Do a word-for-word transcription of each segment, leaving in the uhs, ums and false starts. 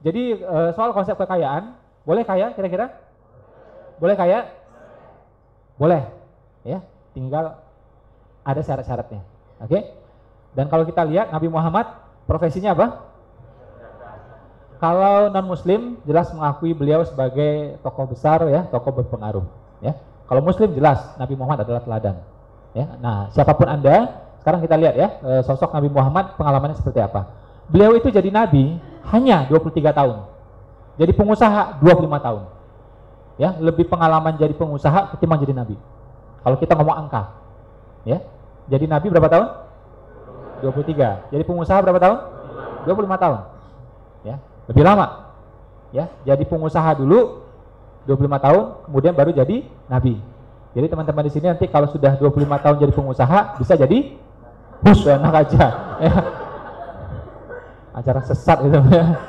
Jadi uh, soal konsep kekayaan, boleh kaya kira-kira? Boleh kaya? Boleh, ya. Tinggal ada syarat-syaratnya. Oke? Okay? Dan kalau kita lihat Nabi Muhammad profesinya apa? Kalau non-muslim jelas mengakui beliau sebagai tokoh besar, ya, tokoh berpengaruh, ya. Kalau muslim jelas Nabi Muhammad adalah teladan, ya. Nah, siapapun Anda, sekarang kita lihat ya, sosok Nabi Muhammad pengalamannya seperti apa. Beliau itu jadi nabi hanya dua puluh tiga tahun. Jadi pengusaha dua puluh lima tahun. Ya, lebih pengalaman jadi pengusaha ketimbang jadi nabi. Kalau kita ngomong angka, ya. Jadi nabi berapa tahun? dua puluh tiga. Jadi pengusaha berapa tahun? dua puluh lima tahun. Ya, lebih lama. Ya, jadi pengusaha dulu dua puluh lima tahun, kemudian baru jadi nabi. Jadi teman-teman di sini nanti kalau sudah dua puluh lima tahun jadi pengusaha, bisa jadi bus, enak aja. Ya. Acara sesat gitu.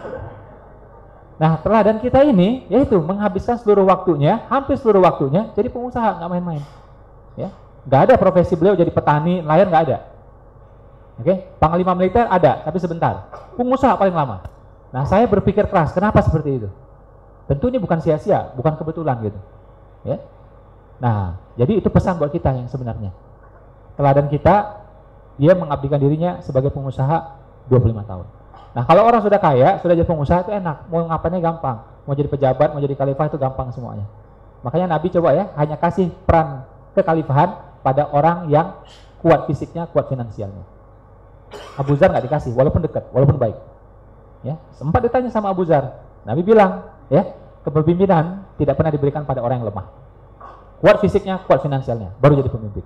Nah, teladan kita ini yaitu menghabiskan seluruh waktunya, hampir seluruh waktunya jadi pengusaha, nggak main-main. Ya, nggak ada profesi beliau jadi petani, nelayan nggak ada. Oke, okay? Panglima militer ada, tapi sebentar. Pengusaha paling lama. Nah, saya berpikir keras, kenapa seperti itu? Tentu ini bukan sia-sia, bukan kebetulan gitu. Ya. Nah, jadi itu pesan buat kita yang sebenarnya. Teladan kita, dia mengabdikan dirinya sebagai pengusaha dua puluh lima tahun. Nah, kalau orang sudah kaya, sudah jadi pengusaha itu enak, mau ngapainnya gampang. Mau jadi pejabat, mau jadi khalifah itu gampang semuanya. Makanya Nabi coba ya, hanya kasih peran kekhalifahan pada orang yang kuat fisiknya, kuat finansialnya. Abu Zar nggak dikasih, walaupun dekat, walaupun baik. Ya, sempat ditanya sama Abu Zar, Nabi bilang, ya, kepemimpinan tidak pernah diberikan pada orang yang lemah. Kuat fisiknya, kuat finansialnya, baru jadi pemimpin.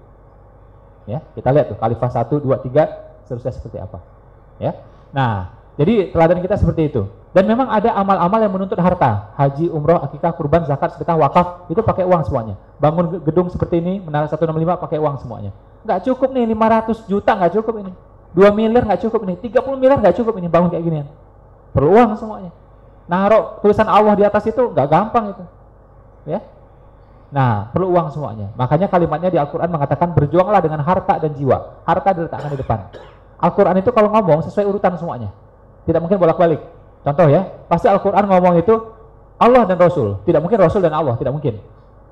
Ya, kita lihat tuh, khalifah satu, dua, tiga, seterusnya seperti apa. Ya, nah, jadi teladan kita seperti itu. Dan memang ada amal-amal yang menuntut harta, haji, umroh, akikah, kurban, zakat, sedekah, wakaf, itu pakai uang semuanya. Bangun gedung seperti ini, menara seratus enam puluh lima pakai uang semuanya. Nggak cukup nih, lima ratus juta nggak cukup ini. dua miliar nggak cukup ini, tiga puluh miliar nggak cukup ini bangun kayak gini. Perlu uang semuanya. Naruh tulisan Allah di atas itu nggak gampang itu. Ya. Nah, perlu uang semuanya. Makanya kalimatnya di Al-Qur'an mengatakan berjuanglah dengan harta dan jiwa. Harta diletakkan di depan. Al-Qur'an itu kalau ngomong sesuai urutan semuanya. Tidak mungkin bolak-balik. Contoh ya, pasti Al-Qur'an ngomong itu Allah dan Rasul. Tidak mungkin Rasul dan Allah, tidak mungkin.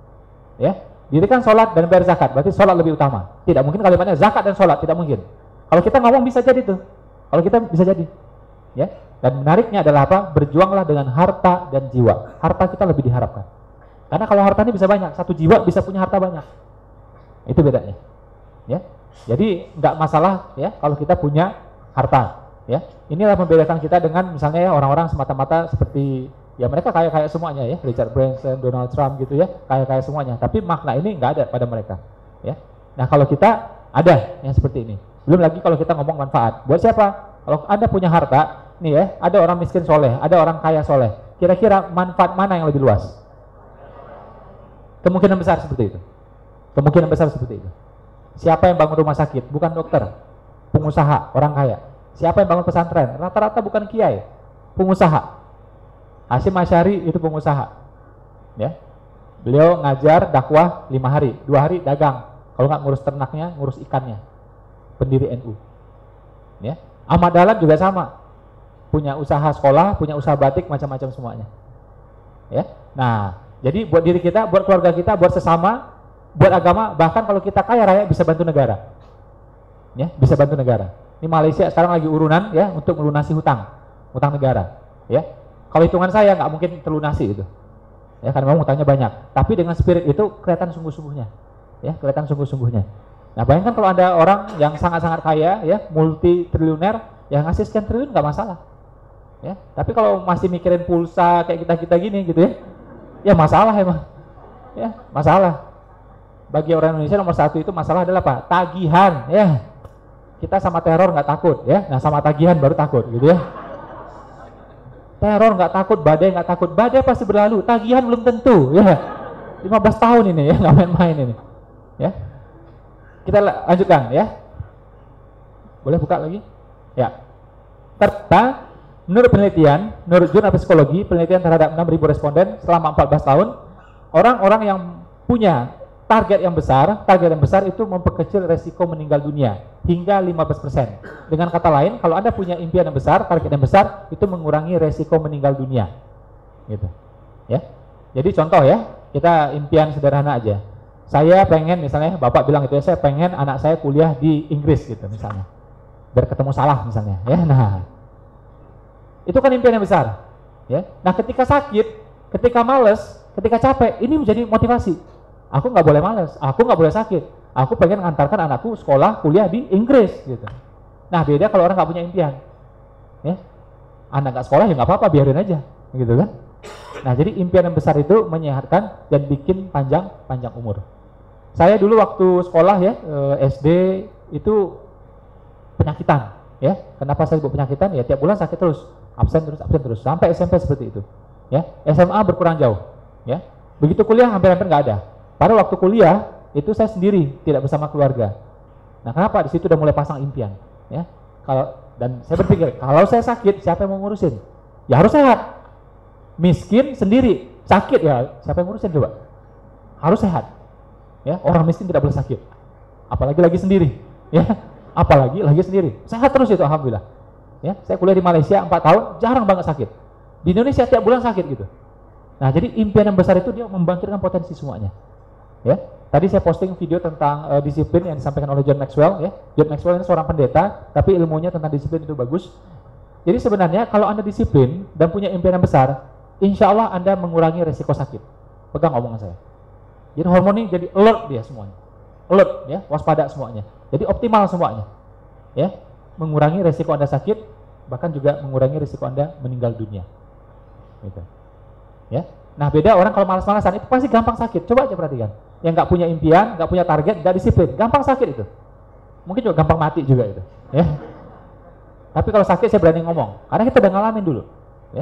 Ya. Dirikan sholat dan bayar zakat, berarti sholat lebih utama. Tidak mungkin kalimatnya zakat dan sholat, tidak mungkin. Kalau kita ngomong bisa jadi tuh. Kalau kita bisa jadi. Ya. Dan menariknya adalah apa? Berjuanglah dengan harta dan jiwa. Harta kita lebih diharapkan. Karena kalau harta ini bisa banyak, satu jiwa bisa punya harta banyak. Itu bedanya. Ya. Jadi nggak masalah ya kalau kita punya harta. Ya. Inilah membedakan kita dengan misalnya ya orang-orang semata-mata seperti ya mereka kaya-kaya semuanya ya, Richard Branson, Donald Trump gitu ya, kaya-kaya semuanya. Tapi makna ini nggak ada pada mereka. Ya. Nah kalau kita ada yang seperti ini. Belum lagi kalau kita ngomong manfaat. Buat siapa? Kalau Anda punya harta, nih ya, ada orang miskin soleh, ada orang kaya soleh. Kira-kira manfaat mana yang lebih luas? Kemungkinan besar seperti itu. Kemungkinan besar seperti itu. Siapa yang bangun rumah sakit? Bukan dokter, pengusaha, orang kaya. Siapa yang bangun pesantren? Rata-rata bukan kiai, pengusaha. Hasyim Asy'ari itu pengusaha. Ya, beliau ngajar dakwah lima hari, dua hari dagang. Kalau nggak ngurus ternaknya, ngurus ikannya. Pendiri N U. Ya, Ahmad Dahlan juga sama. Punya usaha sekolah, punya usaha batik, macam-macam semuanya. Ya. Nah, jadi buat diri kita, buat keluarga kita, buat sesama, buat agama, bahkan kalau kita kaya raya bisa bantu negara. Ya, bisa bantu negara. Ini Malaysia sekarang lagi urunan ya untuk melunasi hutang, hutang negara. Ya. Kalau hitungan saya nggak mungkin terlunasi itu. Ya, karena memang hutangnya banyak. Tapi dengan spirit itu kelihatan sungguh-sungguhnya. Ya, kelihatan sungguh-sungguhnya. Nah, bayangkan kalau ada orang yang sangat-sangat kaya, ya, multi triliuner, yang ngasih sekian triliun nggak masalah, ya. Tapi kalau masih mikirin pulsa kayak kita kita gini, gitu ya, ya masalah emang, ya masalah. Bagi orang Indonesia nomor satu itu masalah adalah apa? Tagihan, ya. Kita sama teror nggak takut, ya. Nah, sama tagihan baru takut, gitu ya. Teror nggak takut, badai nggak takut, badai pasti berlalu, tagihan belum tentu, ya. lima belas tahun ini, ya, nggak main-main ini, ya. Kita lanjutkan ya. Boleh buka lagi? Ya. Serta menurut penelitian, menurut jurnal psikologi, penelitian terhadap enam ribu responden selama empat belas tahun, orang-orang yang punya target yang besar, target yang besar itu memperkecil resiko meninggal dunia hingga lima belas persen. Dengan kata lain, kalau Anda punya impian yang besar, target yang besar, itu mengurangi resiko meninggal dunia. Gitu. Ya. Jadi contoh ya, kita impian sederhana aja. Saya pengen misalnya, Bapak bilang gitu ya, saya pengen anak saya kuliah di Inggris gitu misalnya. Biar ketemu salah misalnya, ya. Nah, itu kan impian yang besar. Ya. Nah, ketika sakit, ketika males, ketika capek, ini menjadi motivasi. Aku nggak boleh males, aku nggak boleh sakit. Aku pengen mengantarkan anakku sekolah, kuliah di Inggris gitu. Nah, beda kalau orang nggak punya impian. Ya. Anak nggak sekolah ya nggak apa-apa, biarin aja, gitu kan. Nah, jadi impian yang besar itu menyehatkan dan bikin panjang panjang umur. Saya dulu waktu sekolah ya, S D itu penyakitan, ya. Kenapa saya sebut penyakitan? Ya tiap bulan sakit terus, absen terus, absen terus, sampai S M P seperti itu. Ya, S M A berkurang jauh, ya. Begitu kuliah hampir-hampir nggak ada. Pada waktu kuliah itu saya sendiri, tidak bersama keluarga. Nah, kenapa? Di situ udah mulai pasang impian, ya. Kalau dan saya berpikir, kalau saya sakit, siapa yang mau ngurusin? Ya harus sehat. Miskin sendiri, sakit ya siapa yang ngurusin coba? Harus sehat. Ya, orang miskin tidak boleh sakit. Apalagi lagi sendiri, ya. Apalagi lagi sendiri. Sehat terus itu alhamdulillah. Ya, saya kuliah di Malaysia empat tahun, jarang banget sakit. Di Indonesia tiap bulan sakit gitu. Nah, jadi impian yang besar itu dia membangkitkan potensi semuanya. Ya, tadi saya posting video tentang uh, disiplin yang disampaikan oleh John Maxwell. Ya, John Maxwell ini seorang pendeta, tapi ilmunya tentang disiplin itu bagus. Jadi sebenarnya kalau Anda disiplin dan punya impian yang besar, insya Allah Anda mengurangi resiko sakit. Pegang omongan saya. Jadi hormon ini jadi alert dia semuanya, alert ya, waspada semuanya. Jadi optimal semuanya. Ya, mengurangi resiko Anda sakit, bahkan juga mengurangi resiko Anda meninggal dunia. Gitu. Ya. Nah, beda orang kalau malas-malasan itu pasti gampang sakit. Coba aja perhatikan. Yang nggak punya impian, nggak punya target, nggak disiplin, gampang sakit itu. Mungkin juga gampang mati juga itu. Ya. Tapi kalau sakit saya berani ngomong, karena kita udah ngalamin dulu. Ya.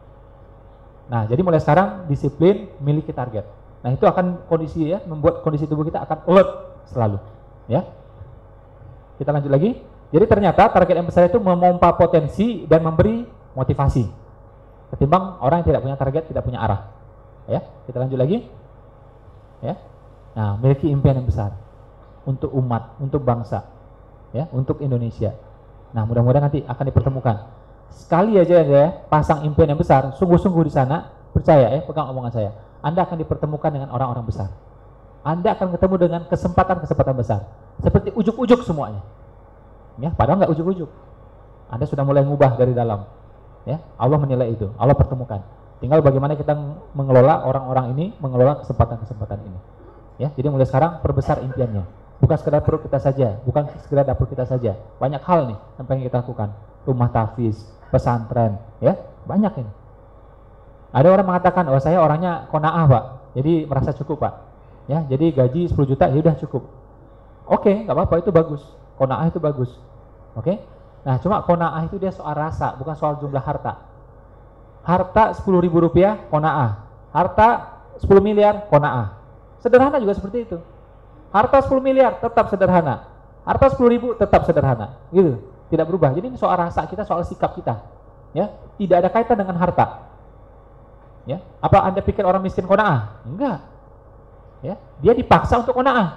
Nah, jadi mulai sekarang disiplin, miliki target. Nah, itu akan kondisi ya, membuat kondisi tubuh kita akan alert selalu. Ya. Kita lanjut lagi. Jadi ternyata target yang besar itu memompa potensi dan memberi motivasi. Ketimbang orang yang tidak punya target, tidak punya arah. Ya, kita lanjut lagi. Ya. Nah, memiliki impian yang besar untuk umat, untuk bangsa, ya, untuk Indonesia. Nah, mudah-mudahan nanti akan dipertemukan. Sekali aja ya, pasang impian yang besar, sungguh-sungguh di sana, percaya ya, pegang omongan saya. Anda akan dipertemukan dengan orang-orang besar. Anda akan ketemu dengan kesempatan-kesempatan besar. Seperti ujuk-ujuk semuanya. Ya, padahal nggak ujuk-ujuk. Anda sudah mulai ngubah dari dalam. Ya, Allah menilai itu, Allah pertemukan. Tinggal bagaimana kita mengelola orang-orang ini, mengelola kesempatan-kesempatan ini. Ya, jadi mulai sekarang perbesar impiannya. Bukan sekedar perut kita saja, bukan sekedar dapur kita saja. Banyak hal nih yang pengen kita lakukan. Rumah tahfiz, pesantren, ya, banyak ini. Ada orang mengatakan, oh saya orangnya qanaah Pak, jadi merasa cukup Pak. Ya, jadi gaji sepuluh juta ya udah cukup. Oke, nggak apa-apa, itu bagus. Qanaah itu bagus. Oke. Nah, cuma qanaah itu dia soal rasa, bukan soal jumlah harta. Harta sepuluh ribu rupiah, qanaah. Harta sepuluh miliar, qanaah. Sederhana juga seperti itu. Harta sepuluh miliar tetap sederhana. Harta sepuluh ribu tetap sederhana. Gitu. Tidak berubah. Jadi ini soal rasa kita, soal sikap kita. Ya, tidak ada kaitan dengan harta. Ya, apa Anda pikir orang miskin qanaah? Enggak. Ya, dia dipaksa untuk qanaah.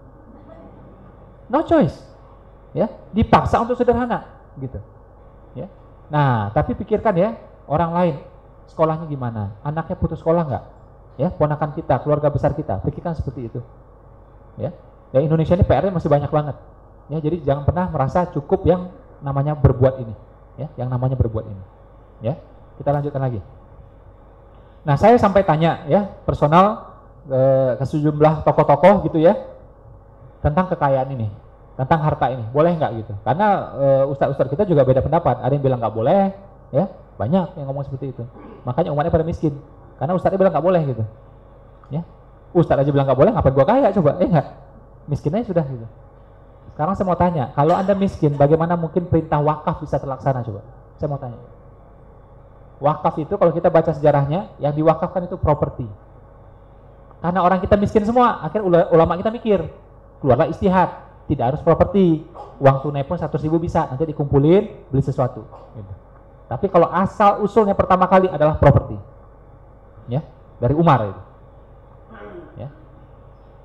No choice. Ya, dipaksa untuk sederhana, gitu. Ya. Nah, tapi pikirkan ya, orang lain sekolahnya gimana? Anaknya putus sekolah nggak? Ya, ponakan kita, keluarga besar kita, pikirkan seperti itu. Ya. Dan Indonesia ini P R-nya masih banyak banget. Ya, jadi jangan pernah merasa cukup yang namanya berbuat ini. Ya, yang namanya berbuat ini. Ya. Kita lanjutkan lagi. Nah, saya sampai tanya ya, personal eh, ke sejumlah tokoh-tokoh gitu ya, tentang kekayaan ini, tentang harta ini, boleh nggak gitu? Karena e, ustadz-ustadz kita juga beda pendapat. Ada yang bilang nggak boleh, ya banyak yang ngomong seperti itu. Makanya umatnya pada miskin, karena ustadznya bilang nggak boleh gitu. Ya, ustadz aja bilang nggak boleh, ngapain gua kaya coba? Eh nggak, miskin aja sudah gitu. Sekarang saya mau tanya, kalau Anda miskin, bagaimana mungkin perintah wakaf bisa terlaksana coba? Saya mau tanya. Wakaf itu kalau kita baca sejarahnya, yang diwakafkan itu properti. Karena orang kita miskin semua, akhirnya ulama kita mikir, keluarlah istihad, tidak harus properti, uang tunai pun seratus ribu bisa, nanti dikumpulin, beli sesuatu. Gitu. Tapi kalau asal usulnya pertama kali adalah properti, ya dari Umar itu. Ya.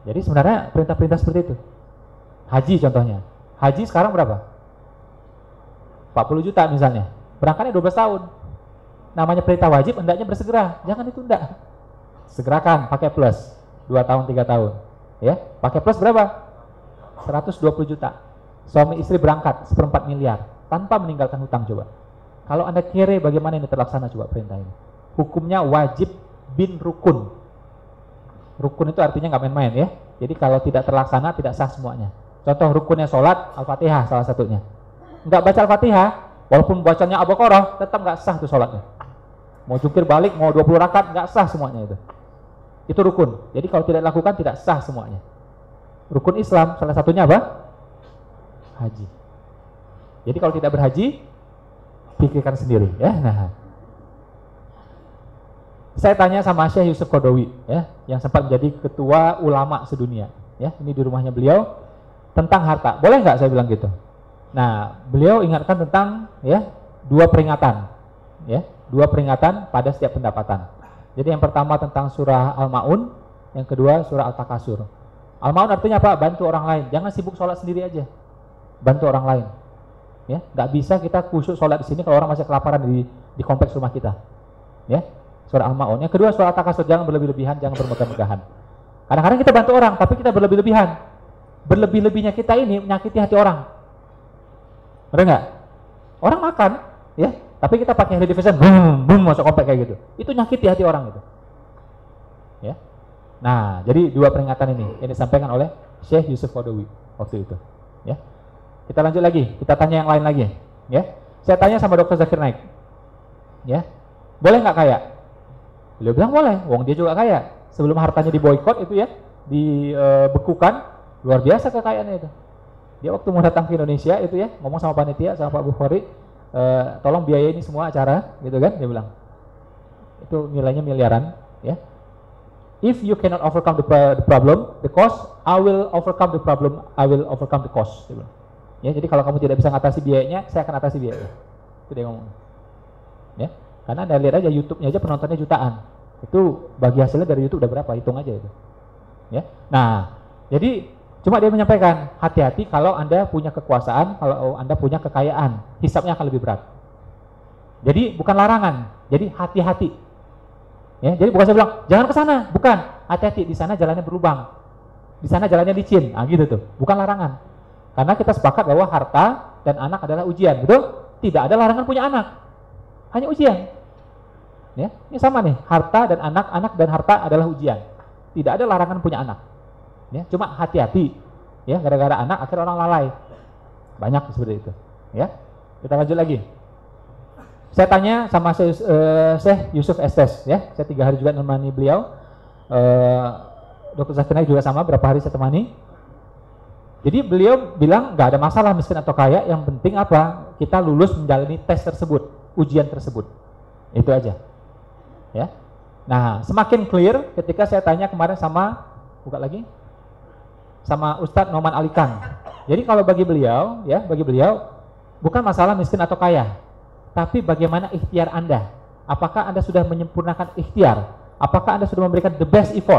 Jadi sebenarnya perintah-perintah seperti itu. Haji contohnya. Haji sekarang berapa? empat puluh juta misalnya. Berangkatnya dua belas tahun. Namanya perintah wajib, hendaknya bersegera. Jangan ditunda. Segerakan, pakai plus. dua tahun, tiga tahun. Ya, pakai plus berapa? seratus dua puluh juta. Suami istri berangkat seperempat miliar tanpa meninggalkan hutang coba. Kalau Anda kere bagaimana ini terlaksana coba perintah ini? Hukumnya wajib bin rukun. Rukun itu artinya nggak main-main ya. Jadi kalau tidak terlaksana tidak sah semuanya. Contoh rukunnya sholat, Al-Fatihah salah satunya. Nggak baca Al-Fatihah, walaupun bacanya Al-Baqarah, tetap nggak sah tuh sholatnya. Mau jungkir balik, mau dua puluh rakaat, nggak sah semuanya itu. Itu rukun. Jadi kalau tidak dilakukan tidak sah semuanya. Rukun Islam salah satunya apa? Haji. Jadi kalau tidak berhaji, pikirkan sendiri ya. Nah, saya tanya sama Syekh Yusuf Qaradawi ya, yang sempat menjadi ketua ulama sedunia ya, ini di rumahnya beliau, tentang harta. Boleh nggak saya bilang gitu? Nah, beliau ingatkan tentang ya dua peringatan ya, dua peringatan pada setiap pendapatan. Jadi yang pertama tentang surah Al-Maun, yang kedua surah Al-Takasur. Al-Maun artinya apa? Bantu orang lain. Jangan sibuk sholat sendiri aja. Bantu orang lain. Ya, nggak bisa kita khusyuk sholat di sini kalau orang masih kelaparan di di kompleks rumah kita. Ya, surah Al-Maun. Yang kedua surah Al-Takasur, jangan berlebih-lebihan, jangan bermegah-megahan. Kadang-kadang kita bantu orang, tapi kita berlebih-lebihan. Berlebih-lebihnya kita ini menyakiti hati orang. Benar nggak? Orang makan, ya, tapi kita pakai high division, boom, boom, masuk komplek kayak gitu. Itu nyakiti hati orang gitu. Ya. Nah, jadi dua peringatan ini yang disampaikan oleh Syekh Yusuf Qaradawi waktu itu. Ya. Kita lanjut lagi, kita tanya yang lain lagi. Ya. Saya tanya sama Dokter Zakir Naik. Ya. Boleh nggak kaya? Beliau bilang boleh, wong dia juga kaya. Sebelum hartanya diboikot itu ya, dibekukan, luar biasa kekayaannya itu. Dia waktu mau datang ke Indonesia itu ya, ngomong sama panitia, sama Pak Bukhari, e, tolong biaya ini semua acara, gitu kan, dia bilang. Itu nilainya miliaran, ya. If you cannot overcome the, the problem, the cost, I will overcome the problem, I will overcome the cost. Dia bilang. Ya, jadi kalau kamu tidak bisa mengatasi biayanya, saya akan atasi biayanya. Itu dia ngomong. Ya, karena Anda lihat aja YouTube-nya aja penontonnya jutaan. Itu bagi hasilnya dari YouTube udah berapa? Hitung aja itu. Ya. Nah, jadi cuma dia menyampaikan, hati-hati kalau Anda punya kekuasaan, kalau Anda punya kekayaan, hisabnya akan lebih berat. Jadi bukan larangan, jadi hati-hati. Ya, jadi bukan saya bilang jangan ke sana, bukan. Hati-hati, di sana jalannya berlubang. Di sana jalannya licin. Nah, gitu tuh. Bukan larangan. Karena kita sepakat bahwa harta dan anak adalah ujian, betul? Tidak ada larangan punya anak. Hanya ujian. Ya, ini sama nih, harta dan anak, anak dan harta adalah ujian. Tidak ada larangan punya anak. Ya, cuma hati-hati ya, gara-gara anak akhirnya orang lalai, banyak seperti itu ya. Kita lanjut lagi, saya tanya sama Syekh uh, Yusuf Estes ya, saya tiga hari juga menemani beliau, uh, Dokter Zakir Naik juga sama, berapa hari saya temani. Jadi beliau bilang nggak ada masalah miskin atau kaya, yang penting apa, kita lulus menjalani tes tersebut, ujian tersebut, itu aja ya. Nah, semakin clear ketika saya tanya kemarin sama, buka lagi, sama Ustadz Noman Alikan. Jadi kalau bagi beliau, ya bagi beliau bukan masalah miskin atau kaya, tapi bagaimana ikhtiar Anda. Apakah Anda sudah menyempurnakan ikhtiar? Apakah Anda sudah memberikan the best effort?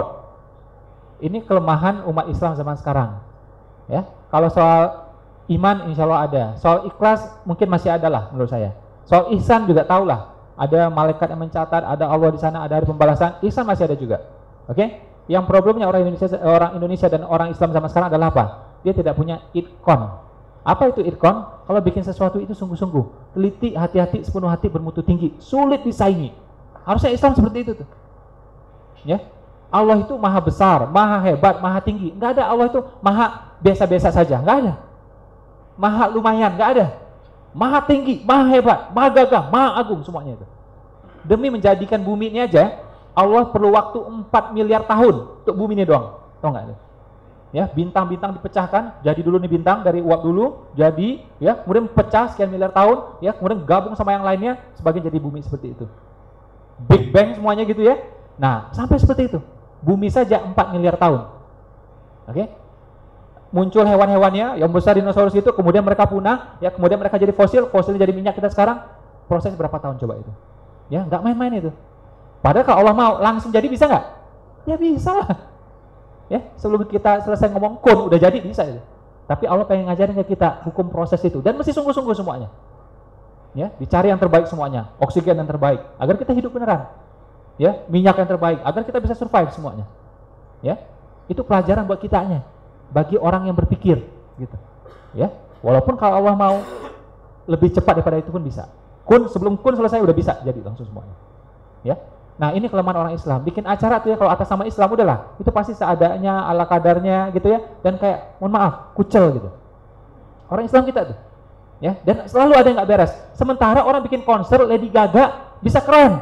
Ini kelemahan umat Islam zaman sekarang. Ya, kalau soal iman insya Allah ada, soal ikhlas mungkin masih ada lah menurut saya. Soal ihsan juga tahulah, ada malaikat yang mencatat, ada Allah di sana, ada hari pembalasan. Ihsan masih ada juga. Oke? Okay? Yang problemnya orang Indonesia, orang Indonesia dan orang Islam zaman sekarang adalah apa? Dia tidak punya itqon. Apa itu itqon? Kalau bikin sesuatu itu sungguh-sungguh, teliti, hati-hati, sepenuh hati, bermutu tinggi, sulit disaingi. Harusnya Islam seperti itu tuh. Ya, Allah itu maha besar, maha hebat, maha tinggi. Enggak ada Allah itu maha biasa-biasa saja, enggak ada. Maha lumayan, enggak ada. Maha tinggi, maha hebat, maha gagah, maha agung, semuanya itu. Demi menjadikan bumi ini aja, Allah perlu waktu empat miliar tahun untuk bumi ini doang. Tahu enggak? Ya, bintang-bintang dipecahkan, jadi dulu nih bintang dari uap dulu, jadi ya, kemudian pecah sekian miliar tahun, ya, kemudian gabung sama yang lainnya sebagian jadi bumi seperti itu. Big Bang semuanya gitu ya. Nah, sampai seperti itu. Bumi saja empat miliar tahun. Oke? Okay? Muncul hewan-hewannya, yang besar dinosaurus itu, kemudian mereka punah, ya, kemudian mereka jadi fosil, fosil jadi minyak kita sekarang. Proses berapa tahun coba itu? Ya, nggak main-main itu. Padahal kalau Allah mau langsung jadi bisa nggak? Ya bisa lah. Ya, sebelum kita selesai ngomong kun udah jadi bisa itu. Tapi Allah pengen ngajarin ke kita hukum proses itu dan mesti sungguh-sungguh semuanya. Ya, dicari yang terbaik semuanya, oksigen yang terbaik agar kita hidup beneran. Ya, minyak yang terbaik agar kita bisa survive semuanya. Ya, itu pelajaran buat kitanya, bagi orang yang berpikir, gitu. Ya, walaupun kalau Allah mau lebih cepat daripada itu pun bisa. Kun sebelum kun selesai udah bisa jadi langsung semuanya. Ya, nah ini kelemahan orang Islam. Bikin acara tuh ya kalau atas nama Islam udahlah, itu pasti seadanya, ala kadarnya, gitu ya. Dan kayak, mohon maaf, kucel gitu. Orang Islam kita tuh. Ya, dan selalu ada yang nggak beres. Sementara orang bikin konser Lady Gaga bisa keren,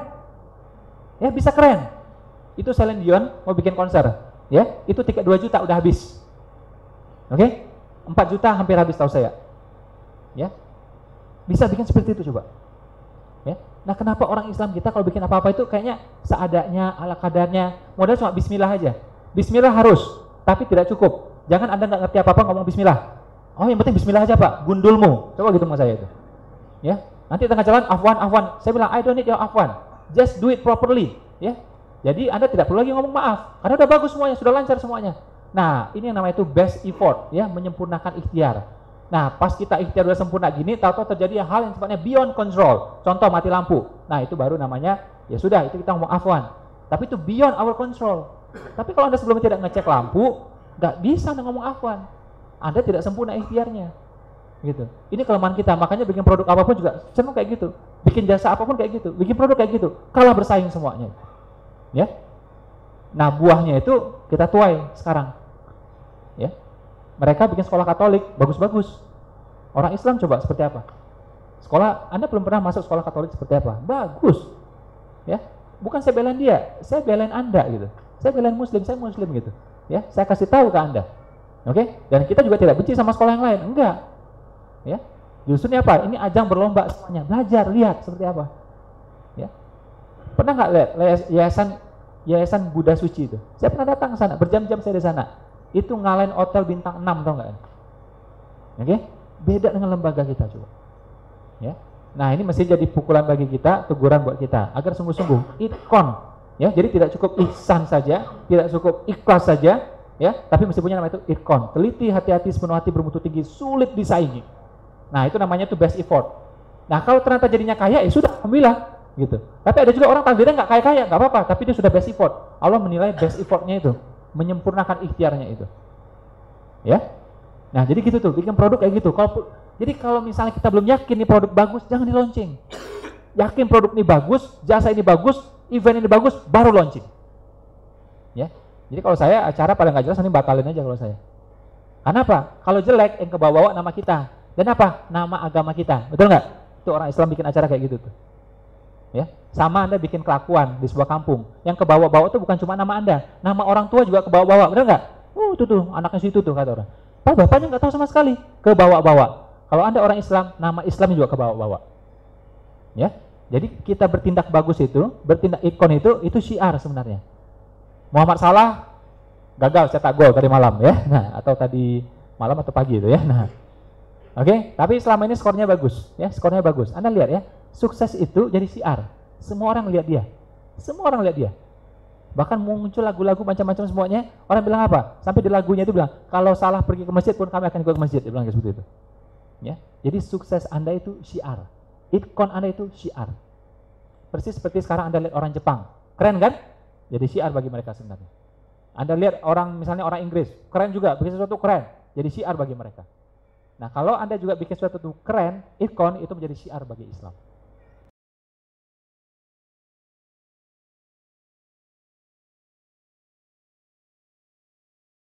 ya bisa keren. Itu Celine Dion mau bikin konser, ya itu tiket dua juta udah habis, oke, okay? empat juta hampir habis tahu saya, ya bisa bikin seperti itu coba, ya. Nah kenapa orang Islam kita kalau bikin apa-apa itu kayaknya seadanya, ala kadarnya, modal cuma Bismillah aja. Bismillah harus, tapi tidak cukup. Jangan Anda nggak ngerti apa-apa ngomong Bismillah. Oh yang penting Bismillah aja Pak, gundulmu. Coba gitu sama saya itu. Ya, nanti tengah jalan afwan afwan. Saya bilang I don't need your afwan, just do it properly. Ya, jadi Anda tidak perlu lagi ngomong maaf, karena udah bagus semuanya, sudah lancar semuanya. Nah ini yang namanya itu best effort, ya menyempurnakan ikhtiar. Nah pas kita ikhtiar udah sempurna gini, tahu-tahu terjadi hal yang sifatnya beyond control. Contoh mati lampu. Nah itu baru namanya ya sudah itu kita ngomong afwan. Tapi itu beyond our control. Tapi kalau Anda sebelumnya tidak ngecek lampu, nggak bisa Anda ngomong afwan. Anda tidak sempurna ikhtiarnya, gitu. Ini kelemahan kita, makanya bikin produk apapun juga cenderung kayak gitu, bikin jasa apapun kayak gitu, bikin produk kayak gitu, kalah bersaing semuanya, ya. Nah buahnya itu kita tuai sekarang, ya. Mereka bikin sekolah Katolik, bagus-bagus. Orang Islam coba seperti apa? Sekolah, Anda belum pernah masuk sekolah Katolik seperti apa? Bagus, ya. Bukan saya belain dia, saya belain Anda gitu. Saya belain Muslim, saya Muslim gitu, ya. Saya kasih tahu ke Anda. Oke, okay? Dan kita juga tidak benci sama sekolah yang lain, enggak, ya. Justru ini apa? Ini ajang berlomba semuanya, belajar, lihat seperti apa, ya. Pernah nggak lihat yayasan yayasan Buddha Suci itu? Saya pernah datang ke sana, berjam-jam saya di sana. Itu ngalahin hotel bintang enam, tau nggak? Oke, okay? Beda dengan lembaga kita coba, ya. Nah ini mesti jadi pukulan bagi kita, teguran buat kita, agar sungguh-sungguh itkon, ya. Jadi tidak cukup ihsan saja, tidak cukup ikhlas saja. Ya, tapi mesti punya nama itu itkon, teliti, hati-hati, sepenuh hati, bermutu tinggi, sulit disaingi. Nah itu namanya itu best effort. Nah kalau ternyata jadinya kaya, ya sudah, alhamdulillah, gitu. Tapi ada juga orang takdirnya nggak kaya-kaya, nggak apa-apa, tapi dia sudah best effort. Allah menilai best effortnya itu, menyempurnakan ikhtiarnya itu. Ya, nah jadi gitu tuh, bikin produk kayak gitu. Kalau jadi kalau misalnya kita belum yakin nih produk bagus, jangan di launching. Yakin produk ini bagus, jasa ini bagus, event ini bagus, baru launching. Ya. Jadi kalau saya acara pada nggak jelas, nanti batalin aja kalau saya. Karena apa? Kalau jelek yang kebawa-bawa nama kita. Dan apa? Nama agama kita. Betul nggak? Itu orang Islam bikin acara kayak gitu tuh. Ya, sama Anda bikin kelakuan di sebuah kampung. Yang kebawa-bawa itu bukan cuma nama Anda, nama orang tua juga kebawa-bawa. Betul nggak? Oh itu tuh anaknya situ tuh kata orang. Pak bapaknya nggak tahu sama sekali, kebawa-bawa. Kalau Anda orang Islam, nama Islam juga kebawa-bawa. Ya, jadi kita bertindak bagus itu, bertindak ikon itu, itu syiar sebenarnya. Muhammad Salah gagal cetak gol tadi malam ya, nah atau tadi malam atau pagi itu ya, nah oke, okay? Tapi selama ini skornya bagus ya, skornya bagus. Anda lihat ya, sukses itu jadi syiar, semua orang lihat dia, semua orang lihat dia. Bahkan muncul lagu-lagu macam-macam semuanya, orang bilang apa? Sampai di lagunya itu bilang, kalau Salah pergi ke masjid pun kami akan ikut ke masjid, dia bilang seperti itu. Ya, jadi sukses Anda itu syiar, ikon Anda itu syiar. Persis seperti sekarang Anda lihat orang Jepang, keren kan? Jadi syiar bagi mereka sebenarnya. Anda lihat orang misalnya orang Inggris, keren juga, bikin sesuatu keren, jadi syiar bagi mereka. Nah kalau Anda juga bikin sesuatu keren, ikon itu menjadi syiar bagi Islam.